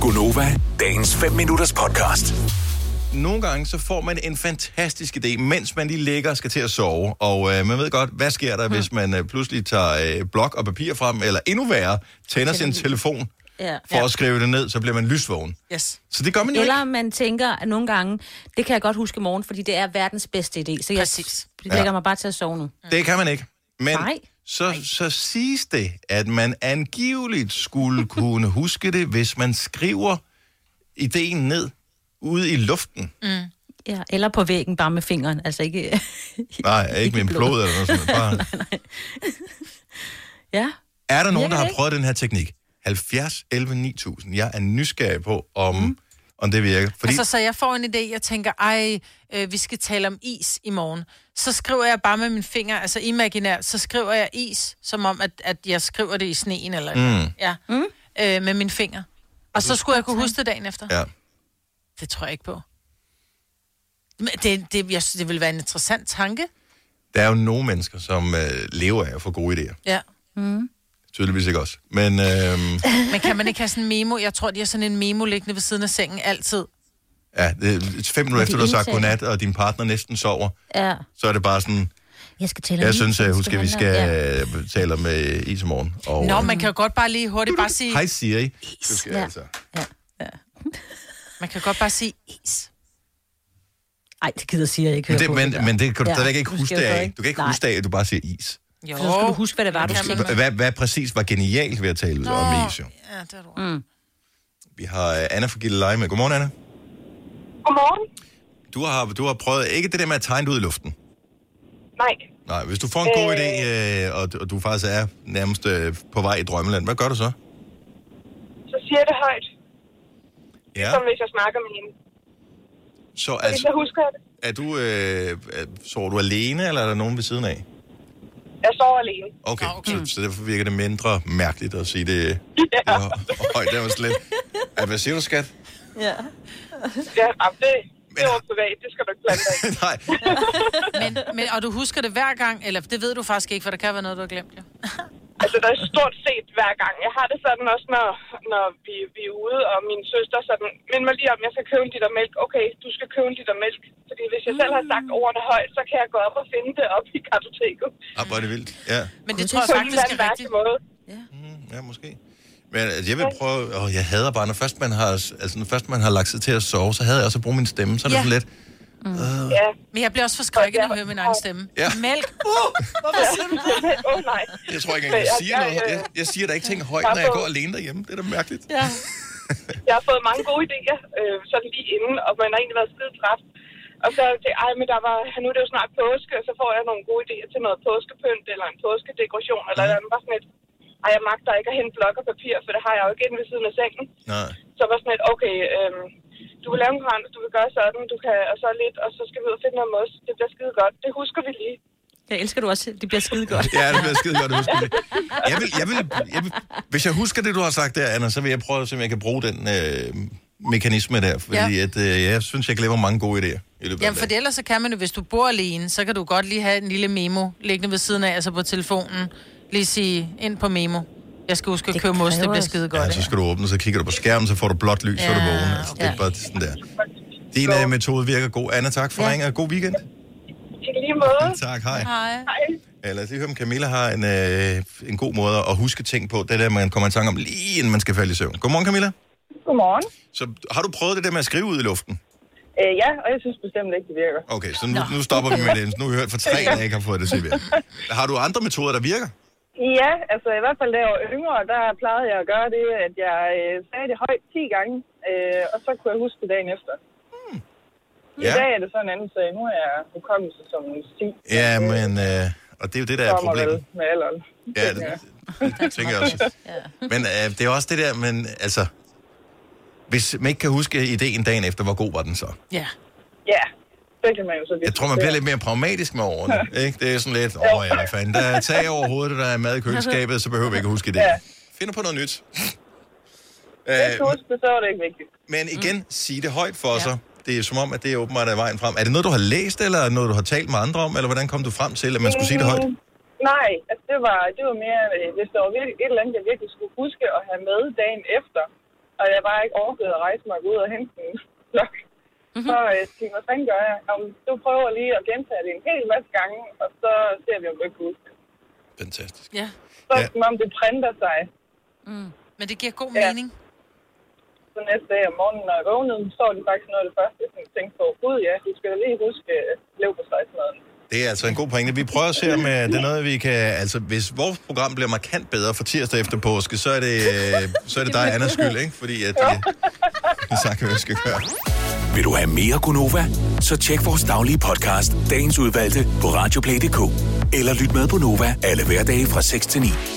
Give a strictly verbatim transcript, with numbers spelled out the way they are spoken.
Gunova, dagens fem minutters podcast. Nogle gange så får man en fantastisk idé, mens man lige ligger og skal til at sove. Og øh, man ved godt, hvad sker der, hmm. hvis man øh, pludselig tager øh, blok og papir frem, eller endnu værre, tænder sin telefon ja. for ja. at skrive det ned, så bliver man lysvågen. Yes. Så det gør man jo Eller ikke. man tænker, at nogle gange, det kan jeg godt huske i morgen, fordi det er verdens bedste idé. Så jeg Præcis. lægger ja. mig bare til at sove nu. Det kan man ikke. Men Nej. Så, så siges det, at man angiveligt skulle kunne huske det, hvis man skriver ideen ned ude i luften. Mm. Ja, eller på væggen bare med fingeren, altså ikke... Nej, ikke, ikke med en blod eller noget sådan. Bare... nej, nej. Ja. Er der nogen, Virker der har ikke? prøvet den her teknik? halvfjerds elleve ni tusind. Jeg er nysgerrig på, om, mm. om det virker. Fordi... Altså, så jeg får en idé, jeg tænker, ej, øh, vi skal tale om is i morgen. Så skriver jeg bare med mine fingre, altså imaginært, så skriver jeg is, som om, at, at jeg skriver det i sneen, eller Mm. ja, mm. øh, med mine fingre. Og så skulle jeg kunne huske det dagen efter. Ja. Det tror jeg ikke på. Men det, det, jeg synes, det vil være en interessant tanke. Der er jo nogle mennesker, som øh, lever af at få gode idéer. Ja. Mm. Tydeligvis ikke også. Men, øh, Men kan man ikke have sådan en memo? Jeg tror, de har sådan en memo liggende ved siden af sengen altid. ja, det er fem minutter efter, du har sagt godnat, og din partner næsten sover, Ja. så er det bare sådan... Jeg skal tale Jeg om synes, is, at husk, at vi skal ja. øh, tale om øh, is i morgen. Og, Nå, øh, man kan jo godt bare lige hurtigt bare sige... Hej Siri. Is. Du skal Ja. altså... Ja. Ja. Man kan godt bare sige is. Ej, det gider sige, jeg ikke Men høre det, på. men, der. men det kan du Ja, stadigvæk ikke du huske skal det jo af. ikke. Du kan ikke Nej. huske det af, at du bare siger is. Jo. Så skal du huske, hvad det var, du kan sagde. man. Hvad, hvad præcis var genialt ved at tale Nå, om is, jo? ja, det er du. Mm. Vi har uh, Anna fra Gilleleje med. Godmorgen, Anna. Godmorgen. Du har, du har prøvet, ikke det der med at tegne det ud i luften. Nej. Nej, hvis du får en god Øh. idé, øh, og, og du faktisk er nærmest øh, på vej i drømmeland, hvad gør du så? Så siger jeg det højt, Ja, som hvis jeg snakker med hende. så Fordi altså, så husker jeg det. er du, øh, er- sover du alene, eller er der nogen ved siden af? Jeg sover alene. Okay, Ah, okay. Så, så derfor virker det mindre mærkeligt at sige det Ja. ja. højt. Det var slet. Ja, hvad siger du, skat? Ja. Ja, jamen, det, det var privat. Det skal du ikke blande dig i. Nej, Men, men, og du husker det hver gang, eller det ved du faktisk ikke, for der kan være noget, du har glemt, jo. Altså, der er stort set hver gang. Jeg har det sådan også, når, når vi, vi er ude, og min søster sådan, mind mig lige om, jeg skal købe en liter mælk. Okay, du skal købe en liter mælk. Fordi hvis jeg selv har sagt ordene højt, så kan jeg gå op og finde det op i kartoteket. ah, hvor er det vildt. Ja, Men det tror jeg På en faktisk eller anden er rigtigt. mærkelig måde. mm, ja måske. Men altså, jeg vil prøve... Åh, jeg hader bare, når først man har, altså, når først man har lagt sig til at sove, så havde jeg også at bruge min stemme, så er det Ja. sådan lidt... Ja. Men jeg bliver også forskrækket, når jeg hører min egen stemme. Ja. Mælk. Uh, hvorfor siger du det? Åh, oh, nej. Jeg tror ikke engang, jeg siger noget. Jeg, jeg siger da ikke ting højt, når jeg går alene derhjemme. Det er da mærkeligt. Ja. Jeg har fået mange gode idéer, øh, sådan lige inden, og man har egentlig været skide træt. Og så tænkte jeg, ej, men der var, nu er det jo snart påske, og så får jeg nogle gode idéer til noget påskepynt, eller en påskedekoration, eller mm. eller bare sådan et, ej, jeg magter ikke at hente blok og papir, for det har jeg jo ikke inde ved siden af sengen. Nej. Så var sådan et, okay, øhm, du vil lave en krans, du vil gøre sådan, du kan, og så lidt, og så skal vi ud og finde noget mos. Det bliver skide godt. Det husker vi lige. Jeg elsker du også. Det bliver skide godt. Ja, det bliver skide godt, det husker jeg. Jeg vil, jeg vil, jeg vil, hvis jeg husker det, du har sagt der, Anna, så vil jeg prøve at se, om jeg kan bruge den øh, mekanisme der. Fordi Ja. at, øh, jeg synes, jeg glemmer mange gode idéer i løbet af Jamen, for dagen. ellers så kan man jo, hvis du bor alene, så kan du godt lige have en lille memo liggende ved siden af, altså på telefonen. Lige sige ind på memo. Jeg skal huske at Det købe mos, det kræver- bliver skide godt. Ja, så skal du åbne, så kigger du på skærmen, så får du blåt lys, så er du Ja, vågen. Altså, det er okay. bare sådan der. Din øh, metode virker god. Anna, tak for Ja. ringen, og god weekend. I lige måde. Tak, hej. Hej. Hej. Ja, lad os lige høre, om Camilla har en, øh, en god måde at huske ting på. Det der, man kommer i tanke om lige inden man skal falde i søvn. Godmorgen, Camilla. Godmorgen. Så har du prøvet det der med at skrive ud i luften? Øh, ja, og jeg synes bestemt ikke, det virker. Okay, så nu, nu stopper vi med det. Nu har vi hørt for tre, der ikke har fået det til at virke. Har du andre metoder, der virker? Ja, altså i hvert fald da jeg var yngre, der plejede jeg at gøre det, at jeg øh, sagde det højt ti gange, øh, og så kunne jeg huske det dagen efter. Hmm. I Ja. dag er det så en anden sag. Nu er jeg hukommelse som en sti. Ja, men... Øh, og det er jo det, der er Kommer vel problemet. med alderen. Ja, det, det tænker jeg også. Men øh, det er også det der, men altså... Hvis man ikke kan huske ideen dagen efter, hvor god var den så? Ja. Ja, det kan man jo så Jeg tror, man bliver lidt mere pragmatisk med årene. Ikke? Det er sådan lidt, åh ja, hvad fanden, der er tag over hovedet, der er mad i køleskabet, så behøver vi ikke at huske det. Ja. Finder på noget nyt. Jeg Øh, kan huske det, så er det ikke vigtigt. men igen, sig det højt for Ja. sig. Det er som om, at det er åbenbart af vejen frem. Er det noget, du har læst, eller noget, du har talt med andre om, eller hvordan kom du frem til, at man skulle sige det højt? Mm, nej, altså det var, det var mere, øh, hvis der var virkelig, et eller andet, jeg virkelig skulle huske at have med dagen efter, og jeg bare ikke overgået at rejse mig og gå ud og hente en flok. Mm-hmm. Så øh, tænkte jeg, hvad fanden gør jeg? Om du prøver lige at gentage det en hel masse gange, og så ser vi, om du ikke kan huske det. Fantastisk. Ja. Så Ja. som om det printer sig. Mm. Men det giver god Ja. mening. Så næste dag om morgenen, når jeg vågnede, så var det faktisk noget af det første, jeg tænkte på. Gud ja, du skal lige huske leverpostejsmaden. Det er altså en god pointe. Vi prøver at se, om øh, det er noget, vi kan... Altså, hvis vores program bliver markant bedre for tirsdag efter påske, så er det, øh, så er det dig, Annas skyld, ikke? Fordi at... Øh, det er sagt, hvad vi skal gøre. Vil du have mere Gunova? Så tjek vores daglige podcast, dagens udvalgte, på radioplay punktum d k. Eller lyt med på Nova alle hverdage fra seks til ni.